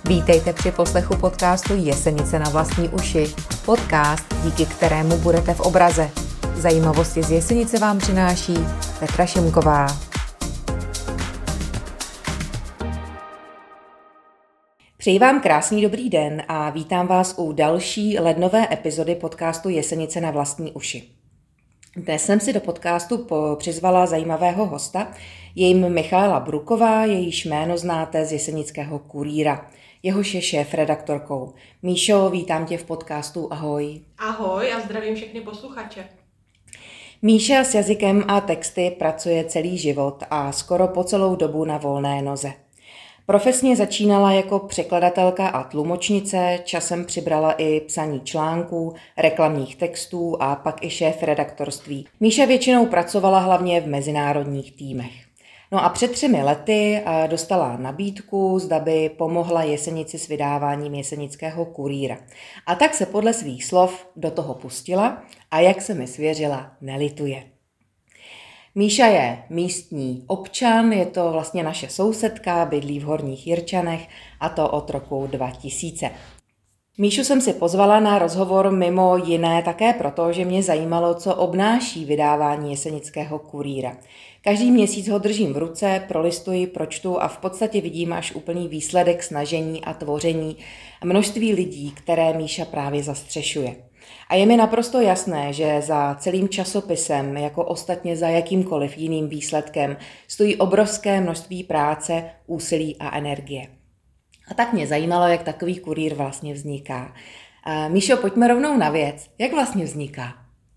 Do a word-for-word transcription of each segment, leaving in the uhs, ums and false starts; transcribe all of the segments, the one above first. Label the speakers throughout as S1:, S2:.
S1: Vítejte při poslechu podcastu Jesenice na vlastní uši. Podcast, díky kterému budete v obraze. Zajímavosti z Jesenice vám přináší Petra Šimková. Přeji vám krásný dobrý den a vítám vás u další lednové epizody podcastu Jesenice na vlastní uši. Dnes jsem si do podcastu přizvala zajímavého hosta, je jim Michaela Bruková, jejíž jméno znáte z Jesenického kurýra. Jehož je šéfredaktorkou. Míšo, vítám tě v podcastu, ahoj.
S2: Ahoj a zdravím všechny posluchače.
S1: Míša s jazykem a texty pracuje celý život a skoro po celou dobu na volné noze. Profesně začínala jako překladatelka a tlumočnice, časem přibrala i psaní článků, reklamních textů a pak i šéfredaktorství. Míša většinou pracovala hlavně v mezinárodních týmech. No a před třemi lety dostala nabídku, zda by pomohla Jesenici s vydáváním Jesenického kurýra. A tak se podle svých slov do toho pustila a jak se mi svěřila, nelituje. Míša je místní občan, je to vlastně naše sousedka, bydlí v Horních Jirčanech a to od roku dva tisíce. Míšu jsem si pozvala na rozhovor mimo jiné také proto, že mě zajímalo, co obnáší vydávání Jesenického kurýra. Každý měsíc ho držím v ruce, prolistuji, pročtu a v podstatě vidím až úplný výsledek snažení a tvoření množství lidí, které Míša právě zastřešuje. A je mi naprosto jasné, že za celým časopisem, jako ostatně za jakýmkoliv jiným výsledkem, stojí obrovské množství práce, úsilí a energie. A tak mě zajímalo, jak takový kurýr vlastně vzniká. Míšo, pojďme rovnou na věc. Jak vlastně vzniká?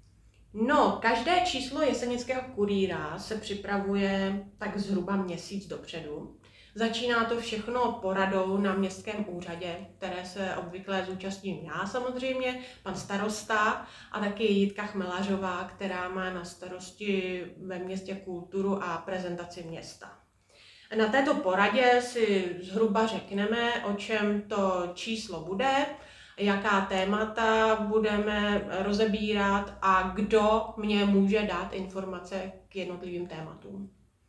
S2: No, každé číslo Jesenického kurýra se připravuje tak zhruba měsíc dopředu. Začíná to všechno poradou na městském úřadě, které se obvykle zúčastním já samozřejmě, pan starosta a taky Jitka Chmelařová, která má na starosti ve městě kulturu a prezentaci města. Na této poradě si zhruba řekneme, o čem to číslo bude, jaká témata budeme rozebírat a kdo mě může dát informace k jednotlivým tématům.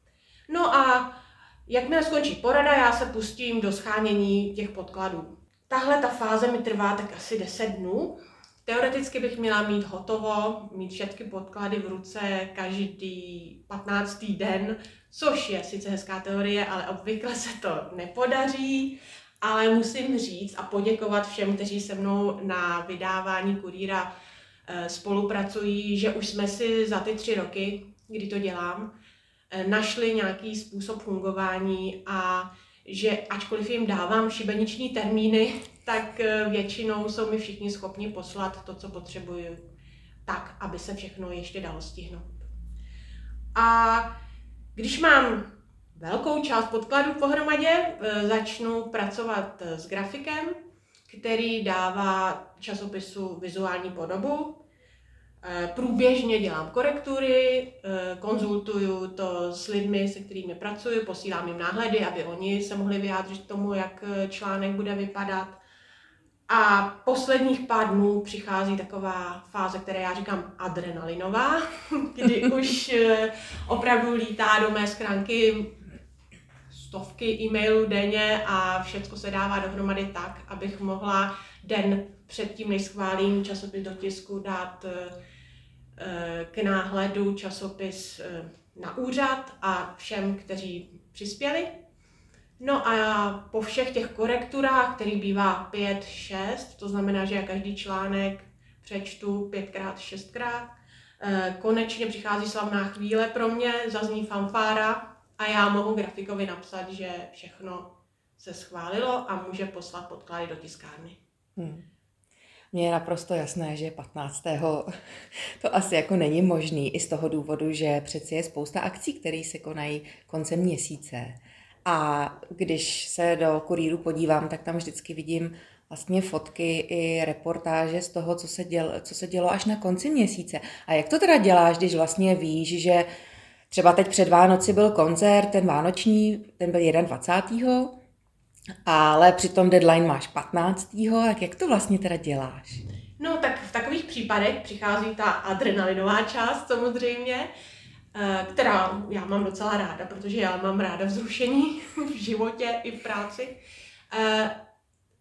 S2: No a jakmile skončí porada, já se pustím do shánění těch podkladů. Tahle ta fáze mi trvá tak asi deset dnů. Teoreticky bych měla mít hotovo, mít všechny podklady v ruce každý patnáctý den, což je sice hezká teorie, ale obvykle se to nepodaří. Ale musím říct a poděkovat všem, kteří se mnou na vydávání kurýra spolupracují, že už jsme si za ty tři roky, kdy to dělám, našli nějaký způsob fungování a že ačkoliv jim dávám šibeniční termíny, tak většinou jsou mi všichni schopni poslat to, co potřebuju, tak, aby se všechno ještě dalo stihnout. A když mám velkou část podkladů pohromadě, začnu pracovat s grafikem, který dává časopisu vizuální podobu. Průběžně dělám korektury, konzultuju to s lidmi, se kterými pracuji, posílám jim náhledy, aby oni se mohli vyjádřit k tomu, jak článek bude vypadat. A posledních pár dnů přichází taková fáze, které já říkám adrenalinová, kdy už opravdu lítá do mé schránky stovky e-mailů denně a všechno se dává dohromady tak, abych mohla den předtím, než schválím časopis do tisku, dát k náhledu časopis na úřad a všem, kteří přispěli. No a po všech těch korekturách, který bývá pět, šest, to znamená, že já každý článek přečtu pětkrát, šestkrát, konečně přichází slavná chvíle pro mě, zazní fanfára a já mohu grafikovi napsat, že všechno se schválilo a může poslat podklady do tiskárny.
S1: Hmm. Mně je naprosto jasné, že patnáctého to asi jako není možný i z toho důvodu, že přeci je spousta akcí, které se konají koncem měsíce. A když se do kurýru podívám, tak tam vždycky vidím vlastně fotky i reportáže z toho, co se dělo, co se dělo až na konci měsíce. A jak to teda děláš, když vlastně víš, že třeba teď před Vánoci byl koncert, ten vánoční, ten byl dvacátého prvního ale přitom deadline máš patnáctého tak jak to vlastně teda děláš?
S2: No tak v takových případech přichází ta adrenalinová část samozřejmě, která já mám docela ráda, protože já mám ráda vzrušení v životě i v práci.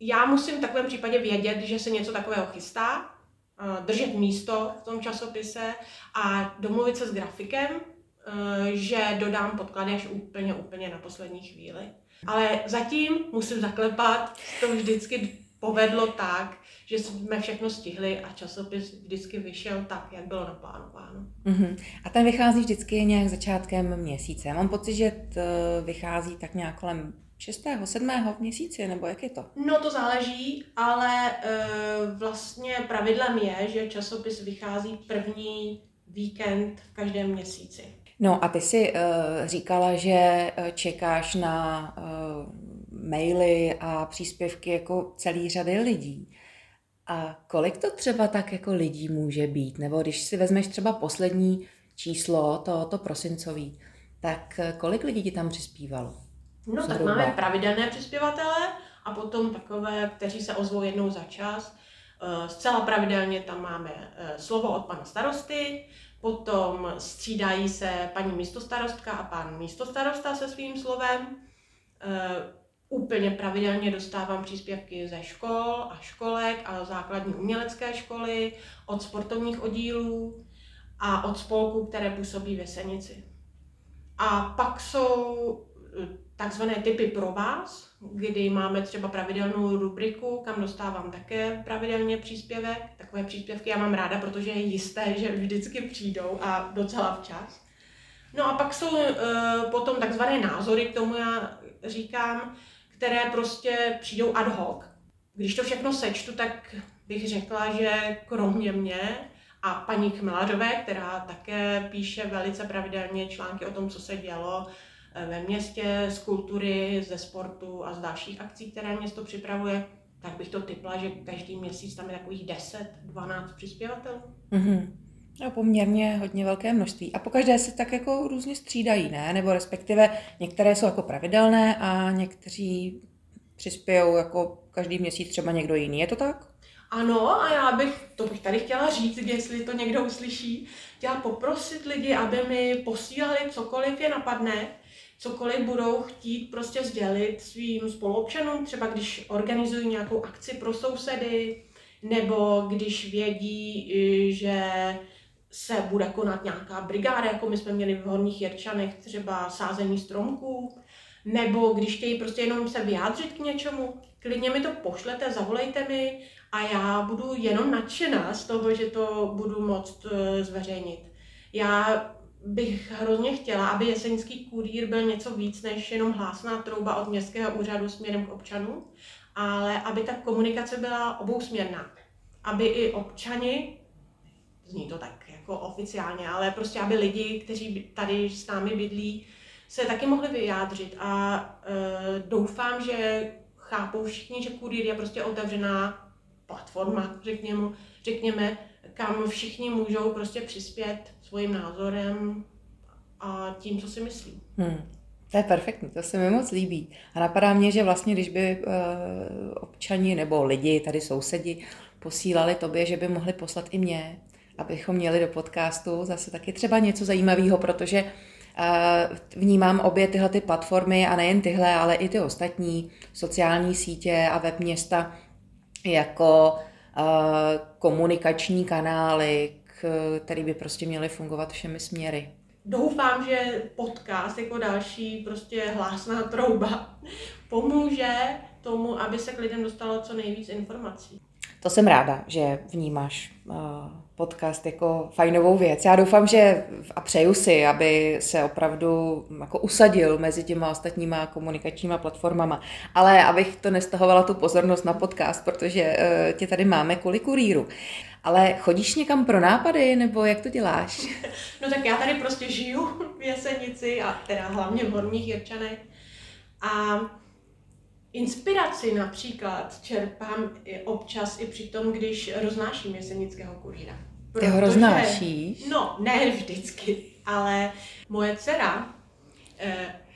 S2: já musím v takovém případě vědět, že se něco takového chystá, držet místo v tom časopise a domluvit se s grafikem, že dodám podklady až úplně, úplně na poslední chvíli. Ale zatím musím zaklepat, to vždycky povedlo tak, že jsme všechno stihli a časopis vždycky vyšel tak, jak bylo naplánováno.
S1: Uh-huh. A ten vychází vždycky nějak začátkem měsíce. Mám pocit, že to vychází tak nějak kolem šestého, sedmého v měsíci, nebo jak je to?
S2: No to záleží, ale e, vlastně pravidlem je, že časopis vychází první víkend v každém měsíci.
S1: No a ty jsi uh, říkala, že čekáš na uh, maily a příspěvky jako celý řady lidí. A kolik to třeba tak jako lidí může být? Nebo když si vezmeš třeba poslední číslo, to, to prosincový, tak kolik lidí ti tam přispívalo?
S2: No tak
S1: Zhruba.
S2: máme pravidelné přispěvatele a potom takové, kteří se ozvou jednou za čas. Zcela pravidelně tam máme slovo od pana starosty, potom střídají se paní místostarostka a pan místostarosta se svým slovem. Úplně pravidelně dostávám příspěvky ze škol a školek a základní umělecké školy, od sportovních oddílů a od spolků, které působí v Jesenici. A pak jsou takzvané tipy pro vás, kdy máme třeba pravidelnou rubriku, kam dostávám také pravidelně příspěvek. Takové příspěvky já mám ráda, protože je jisté, že vždycky přijdou a docela včas. No a pak jsou uh, potom takzvané názory, k tomu já říkám, které prostě přijdou ad hoc. Když to všechno sečtu, tak bych řekla, že kromě mě a paní Chmelařové, která také píše velice pravidelně články o tom, co se dělo ve městě, z kultury, ze sportu a z dalších akcí, které město připravuje, tak bych to tipla, že každý měsíc tam je takových deset dvanáct přispěvatelů.
S1: Mm-hmm. No, poměrně hodně velké množství. A pokaždé se tak jako různě střídají, ne? Nebo respektive některé jsou jako pravidelné a někteří přispějou jako každý měsíc třeba někdo jiný. Je to tak?
S2: Ano, a já bych, to bych tady chtěla říct, jestli to někdo uslyší, chtěla poprosit lidi, aby mi posílali cokoliv je napadne, cokoliv budou chtít prostě sdělit svým spoluobčanům, třeba když organizují nějakou akci pro sousedy, nebo když vědí, že se bude konat nějaká brigáda, jako my jsme měli v Horních Jirčanech, třeba sázení stromků, nebo když chtějí prostě jenom se vyjádřit k něčemu, klidně mi to pošlete, zavolejte mi a já budu jenom nadšená z toho, že to budu moct zveřejnit. Já bych hrozně chtěla, aby Jesenický kurýr byl něco víc než jenom hlásná trouba od městského úřadu směrem k občanům, ale aby ta komunikace byla obousměrná. Aby i občani, zní to tak jako oficiálně, ale prostě aby lidi, kteří tady s námi bydlí, se taky mohli vyjádřit a e, doufám, že chápou všichni, že kurýr je prostě otevřená platforma, řekněme, řekněme, kam všichni můžou prostě přispět svým názorem a tím, co si myslí.
S1: Hmm. To je perfektní, to se mi moc líbí. A napadá mě, že vlastně, když by uh, občani nebo lidi, tady sousedi, posílali tobě, že by mohli poslat i mě, abychom měli do podcastu zase taky třeba něco zajímavého, protože uh, vnímám obě tyhle ty platformy a nejen tyhle, ale i ty ostatní sociální sítě a web města jako uh, komunikační kanály, které by prostě měly fungovat všemi směry.
S2: Doufám, že podcast jako další prostě hlásná trouba pomůže tomu, aby se k lidem dostalo co nejvíc informací.
S1: To jsem ráda, že vnímáš uh, podcast jako fajnovou věc. Já doufám, že a přeju si, aby se opravdu jako usadil mezi těma ostatníma komunikačníma platformama. Ale abych to nestahovala tu pozornost na podcast, protože uh, tě tady máme kvůli kurýru. Ale chodíš někam pro nápady, nebo jak to děláš?
S2: No tak já tady prostě žiju v Jesenici a teda hlavně v Horních Jirčanech. A inspiraci například čerpám občas i při tom, když roznáším Jesenického kurýra.
S1: Ty ho roznášíš?
S2: No, ne vždycky, ale moje dcera eh,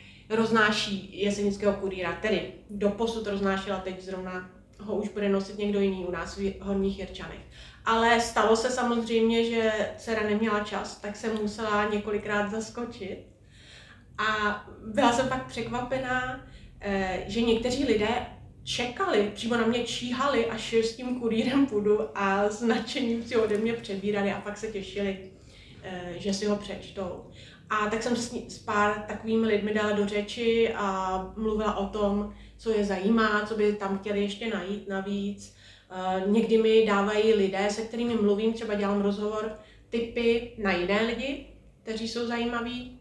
S2: roznáší Jesenického kurýra, tedy doposud roznášela, teď zrovna ho už bude nosit někdo jiný u nás v Horních Jirčanech. Ale stalo se samozřejmě, že dcera neměla čas, tak jsem musela několikrát zaskočit. A byla jsem pak překvapená, že někteří lidé čekali, přímo na mě číhali, až s tím kurýrem půjdu a s nadšením si ode mě přebírali a pak se těšili, že si ho přečtou. A tak jsem s pár takovými lidmi dala do řeči a mluvila o tom, co je zajímá, co by tam chtěli ještě najít navíc. Někdy mi dávají lidé, se kterými mluvím, třeba dělám rozhovor, tipy na jiné lidi, kteří jsou zajímaví.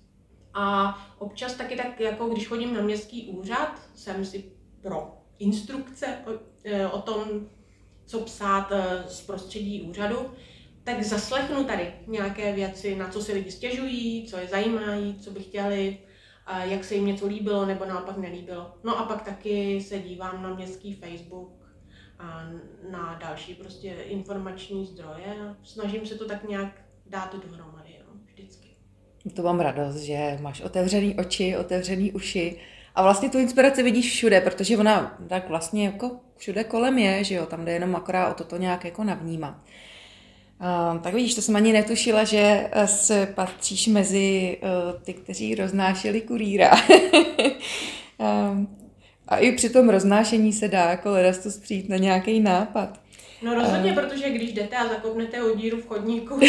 S2: A občas taky tak, jako když chodím na městský úřad, jsem si pro instrukce o, o tom, co psát z prostředí úřadu, tak zaslechnu tady nějaké věci, na co si lidi stěžují, co je zajímají, co by chtěli, jak se jim něco líbilo nebo naopak nelíbilo. No a pak taky se dívám na městský Facebook a na další prostě informační zdroje a snažím se to tak nějak dát dohromady, no, vždycky.
S1: To mám radost, že máš otevřený oči, otevřený uši a vlastně tu inspiraci vidíš všude, protože ona tak vlastně jako všude kolem je, že jo, tam jde jenom akorát o toto nějak jako navnímat. Uh, tak vidíš, to jsem ani netušila, že se patříš mezi uh, ty, kteří roznášeli kurýra. uh, a i při tom roznášení se dá jako ledasto přijít na nějaký nápad.
S2: No rozhodně, uh, protože když jdete a zakopnete o díru v chodníku,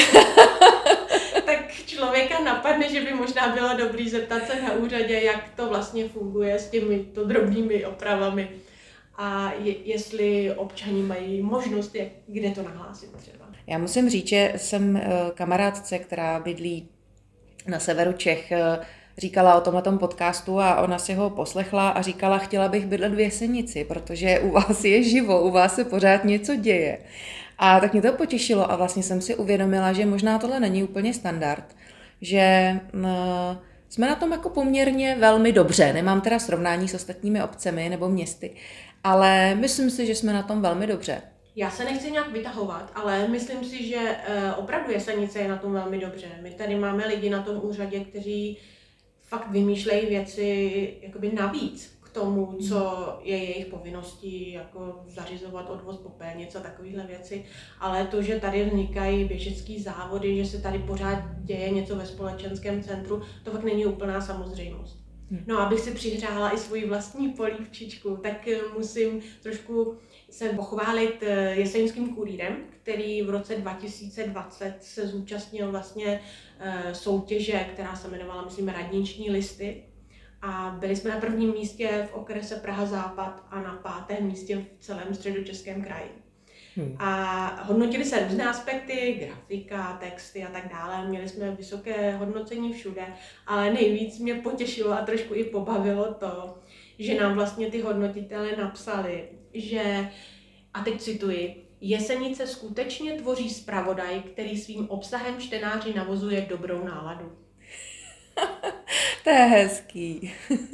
S2: tak člověka napadne, že by možná bylo dobrý zeptat se na úřadě, jak to vlastně funguje s těmito drobnými opravami. A je, jestli občani mají možnost, jak, kde to nahlásit třeba.
S1: Já musím říct, že jsem kamarádce, která bydlí na severu Čech, říkala o tomhletom podcastu a ona si ho poslechla a říkala, chtěla bych bydlet v Jesenici, protože u vás je živo, u vás se pořád něco děje. A tak mě to potěšilo a vlastně jsem si uvědomila, že možná tohle není úplně standard, že no, jsme na tom jako poměrně velmi dobře, nemám teda srovnání s ostatními obcemi nebo městy, ale myslím si, že jsme na tom velmi dobře.
S2: Já se nechci nějak vytahovat, ale myslím si, že opravdu Jesenice je na tom velmi dobře. My tady máme lidi na tom úřadě, kteří fakt vymýšlejí věci jakoby navíc k tomu, co je jejich povinností, jako zařizovat odvoz popelnic a takovéhle věci. Ale to, že tady vznikají běžecký závody, že se tady pořád děje něco ve společenském centru, to fakt není úplná samozřejmost. No, abych si přihřála i svoji vlastní polívčičku, tak musím trošku se pochválit Jeseňským kurýrem, který v roce dva tisíce dvacet se zúčastnil vlastně soutěže, která se jmenovala, myslím, Radniční listy. A byli jsme na prvním místě v okrese Praha-Západ a na pátém místě v celém Středočeském kraji. Hmm. A hodnotili se různé aspekty, grafika, texty a tak dále. Měli jsme vysoké hodnocení všude, ale nejvíc mě potěšilo a trošku i pobavilo to, že nám vlastně ty hodnotitelé napsali, že, a teď cituji, Jesenice skutečně tvoří zpravodaj, který svým obsahem čtenáři navozuje dobrou náladu.
S1: To je hezký.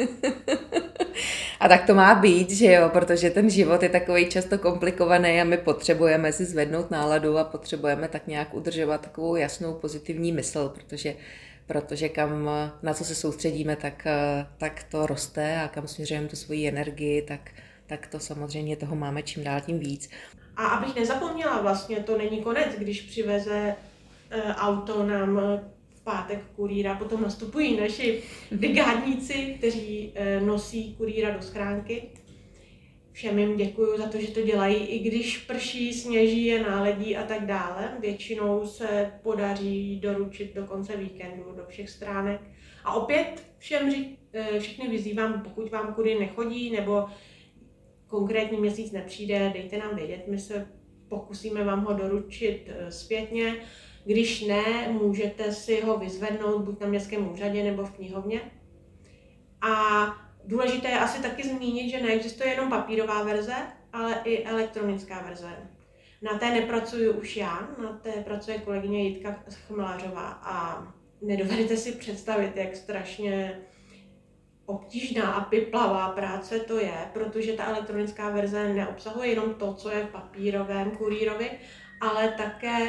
S1: A tak to má být, že jo, protože ten život je takový často komplikovaný a my potřebujeme si zvednout náladu a potřebujeme tak nějak udržovat takovou jasnou pozitivní mysl, protože, protože kam, na co se soustředíme, tak, tak to roste a kam směřujeme tu svoji energii, tak, tak to samozřejmě toho máme čím dál tím víc.
S2: A abych nezapomněla, vlastně to není konec, když přiveze e, auto nám pátek kurýra, potom nastupují naši brigádníci, kteří e, nosí kurýra do schránky. Všem jim děkuju za to, že to dělají, i když prší, sněží, je náledí a tak dále. Většinou se podaří doručit do konce víkendu do všech stránek. A opět všem ří, e, všechny vyzývám, pokud vám kurýr nechodí nebo konkrétní měsíc nepřijde, dejte nám vědět, my se pokusíme vám ho doručit e, zpětně. Když ne, můžete si ho vyzvednout buď na městském úřadě nebo v knihovně. A důležité je asi taky zmínit, že neexistuje jenom papírová verze, ale i elektronická verze. Na té nepracuji už já, na té pracuje kolegyně Jitka Chmelařová a nedovedete si představit, jak strašně obtížná a piplavá práce to je, protože ta elektronická verze neobsahuje jenom to, co je v papírovém kurýrovi, ale také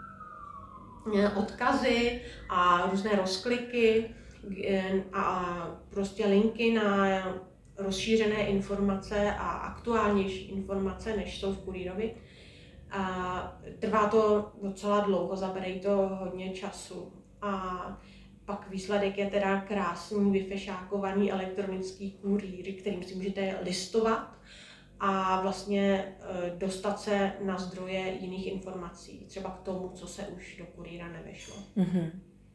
S2: odkazy a různé rozkliky a prostě linky na rozšířené informace a aktuálnější informace, než jsou v kurýrovi. A trvá to docela dlouho, zabere to hodně času. A pak výsledek je teda krásný, vyfešákovaný elektronický kurýr, kterým si můžete listovat a vlastně dostat se na zdroje jiných informací, třeba k tomu, co se už do kurýra nevešlo.
S1: Mm-hmm.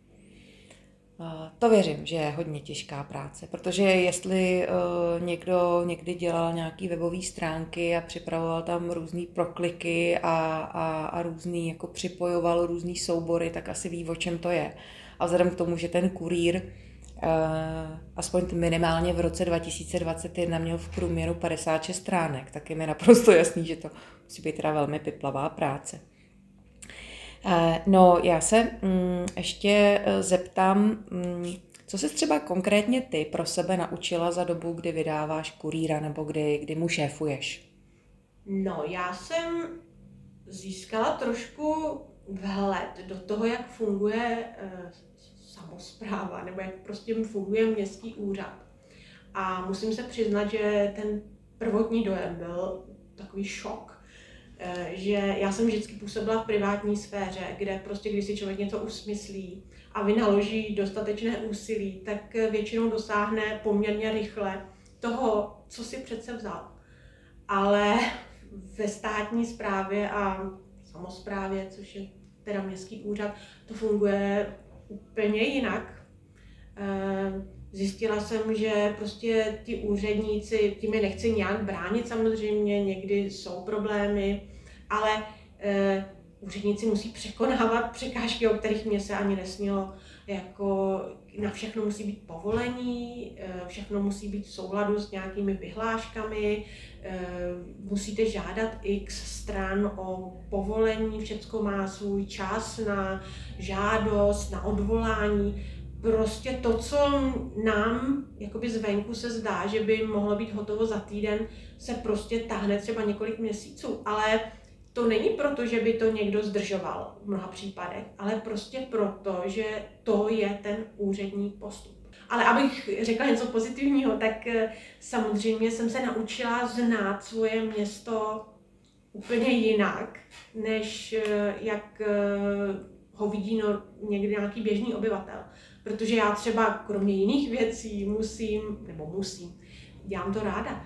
S1: To věřím, že je hodně těžká práce, protože jestli uh, někdo někdy dělal nějaký webové stránky a připravoval tam různý prokliky a, a, a různý, jako připojoval různý soubory, tak asi ví, o čem to je. A vzhledem k tomu, že ten kurýr uh, aspoň minimálně v roce dva tisíce dvacet jedna měl v průměru padesát šest stránek, tak je mi naprosto jasný, že to musí být teda velmi piplavá práce. No, já se mm, ještě zeptám, mm, co jsi třeba konkrétně ty pro sebe naučila za dobu, kdy vydáváš kurýra nebo kdy, kdy mu šéfuješ?
S2: No, já jsem získala trošku vhled do toho, jak funguje e, samospráva nebo jak prostě funguje městský úřad. A musím se přiznat, že ten prvotní dojem byl takový šok. Že já jsem vždycky působila v privátní sféře, kde prostě, když si člověk něco usmyslí a vynaloží dostatečné úsilí, tak většinou dosáhne poměrně rychle toho, co si přece vzal. Ale ve státní správě a samosprávě, což je teda městský úřad, to funguje úplně jinak. Zjistila jsem, že prostě ti úředníci, tím je nechci nějak bránit samozřejmě, někdy jsou problémy, ale e, úředníci musí překonávat překážky, o kterých mě se ani nesmělo. Jako na všechno musí být povolení, e, všechno musí být v souladu s nějakými vyhláškami, e, musíte žádat x stran o povolení, všecko má svůj čas na žádost, na odvolání. Prostě to, co nám jakoby zvenku se zdá, že by mohlo být hotovo za týden, se prostě táhne třeba několik měsíců. Ale to není proto, že by to někdo zdržoval v mnoha případech, ale prostě proto, že to je ten úřední postup. Ale abych řekla něco pozitivního, tak samozřejmě jsem se naučila znát svoje město úplně jinak, než jak ho vidí no, někdy nějaký běžný obyvatel. Protože já třeba kromě jiných věcí musím, nebo musím, dělám to ráda,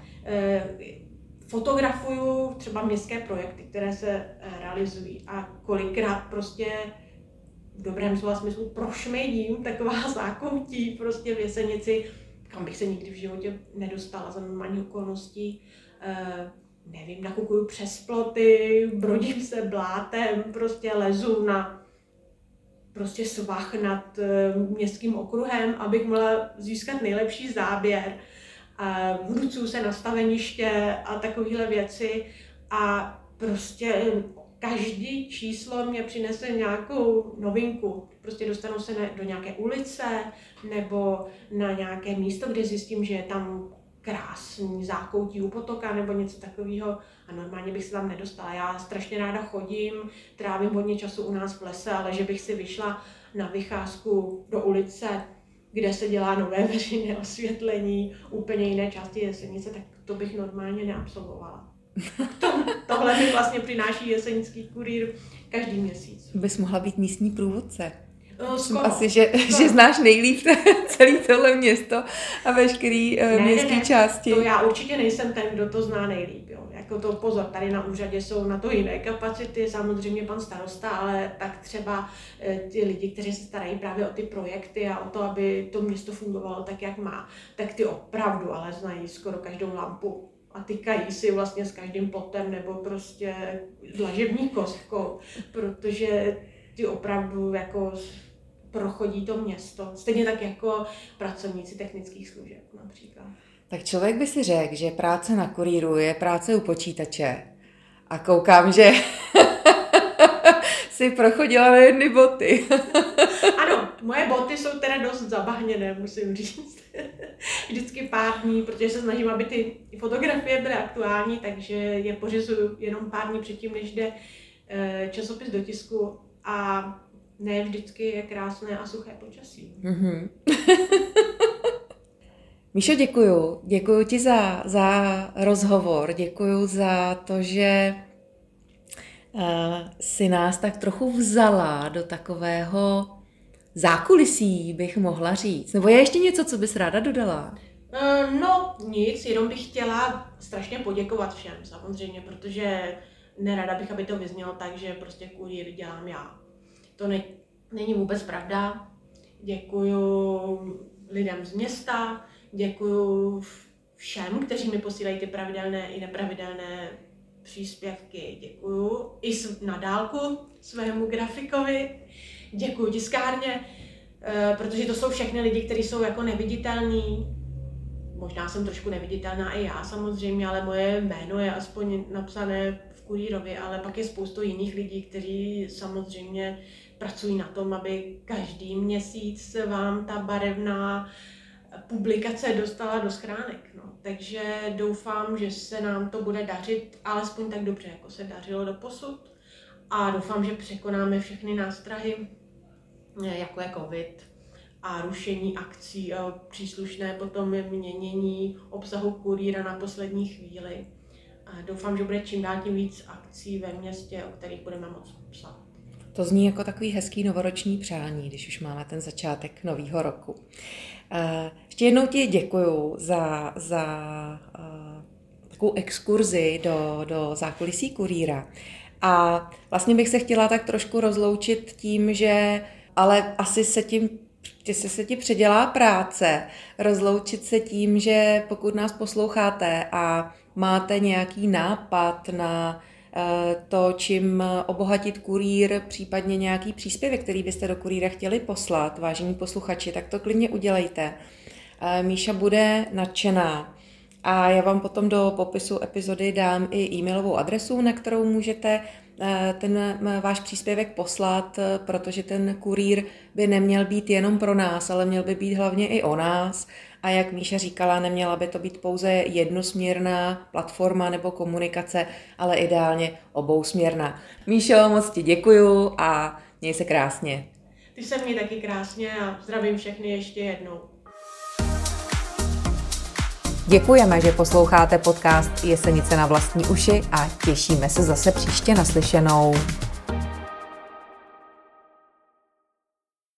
S2: fotografuju třeba městské projekty, které se realizují a kolikrát prostě v dobrém slova smyslu prošmejdím taková zákoutí prostě v Jesenici, kam bych se nikdy v životě nedostala za normální okolností. Nevím, nakukuju přes ploty, brodím se blátem, prostě lezu na prostě svah nad městským okruhem, abych mohla získat nejlepší záběr. Vnucuju se na staveniště a takovéhle věci a prostě každý číslo mě přinese nějakou novinku. Prostě dostanu se do nějaké ulice nebo na nějaké místo, kde zjistím, že je tam krásný zákoutí u potoka nebo něco takového a normálně bych se tam nedostala. Já strašně ráda chodím, trávím hodně času u nás v lese, ale že bych si vyšla na vycházku do ulice, kde se dělá nové veřejné osvětlení, úplně jiné části Jesenice, tak to bych normálně neabsolvovala. To, tohle mi vlastně přináší Jesenický kurýr každý měsíc.
S1: Bys mohla být místní průvodce.
S2: No, skoro.
S1: Asi, že, že znáš nejlíp celé tohle město a veškerý ne, městské
S2: ne, ne,
S1: části.
S2: To já určitě nejsem ten, kdo to zná nejlíp. Jo. Jako to pozor, tady na úřadě jsou na to jiné kapacity, samozřejmě pan starosta, ale tak třeba ty lidi, kteří se starají právě o ty projekty a o to, aby to město fungovalo tak, jak má, tak ty opravdu ale znají skoro každou lampu. A tykají si vlastně s každým plotem nebo prostě dlažební kostkou, protože ty opravdu jako prochodí to město. Stejně tak jako pracovníci technických služeb například.
S1: Tak člověk by si řekl, že práce na kurýru je práce u počítače. A koukám, že si prochodila na jedny boty.
S2: Ano, moje boty jsou teda dost zabahněné, musím říct. Vždycky pár dní, protože se snažím, aby ty fotografie byly aktuální, takže je pořizuju jenom pár dní předtím, než jde časopis do tisku a ne vždycky je krásné a suché počasí. Mm-hmm.
S1: Míšo, děkuju. Děkuju ti za, za rozhovor, děkuju za to, že uh, si nás tak trochu vzala do takového zákulisí, bych mohla říct. Nebo je ještě něco, co bys ráda dodala?
S2: No nic, jenom bych chtěla strašně poděkovat všem samozřejmě, protože nerada bych, aby to vyznělo tak, že prostě kurýr dělám já. To ne, není vůbec pravda. Děkuju lidem z města, děkuju všem, kteří mi posílají ty pravidelné i nepravidelné příspěvky. Děkuju i na dálku svému grafikovi, děkuju tiskárně, protože to jsou všechny lidi, kteří jsou jako neviditelní. Možná jsem trošku neviditelná i já samozřejmě, ale moje jméno je aspoň napsané v kurýrovi, ale pak je spoustu jiných lidí, kteří samozřejmě pracují na tom, aby každý měsíc vám ta barevná publikace dostala do schránek. No. Takže doufám, že se nám to bude dařit alespoň tak dobře, jako se dařilo doposud. A doufám, že překonáme všechny nástrahy, jako je covid a rušení akcí a příslušné potom měnění obsahu kurýra na poslední chvíli. A doufám, že bude čím dál tím víc akcí ve městě, o kterých budeme moct psát.
S1: To zní jako takový hezký novoroční přání, když už máme ten začátek nového roku. Ještě jednou ti děkuju za, za uh, takovou exkurzi do, do zákulisí kurýra. A vlastně bych se chtěla tak trošku rozloučit tím, že ale asi se tím že se ti předělá práce, rozloučit se tím, že pokud nás posloucháte a máte nějaký nápad na to, čím obohatit kurýr, případně nějaký příspěvek, který byste do kurýra chtěli poslat, vážení posluchači, tak to klidně udělejte. Míša bude nadšená a já vám potom do popisu epizody dám i e-mailovou adresu, na kterou můžete ten váš příspěvek poslat, protože ten kurýr by neměl být jenom pro nás, ale měl by být hlavně i o nás. A jak Míša říkala, neměla by to být pouze jednosměrná platforma nebo komunikace, ale ideálně obousměrná. Míšo, moc ti děkuju a měj se krásně.
S2: Ty se měj taky krásně a zdravím všechny ještě jednou.
S1: Děkujeme, že posloucháte podcast Jesenice na vlastní uši a těšíme se zase příště naslyšenou.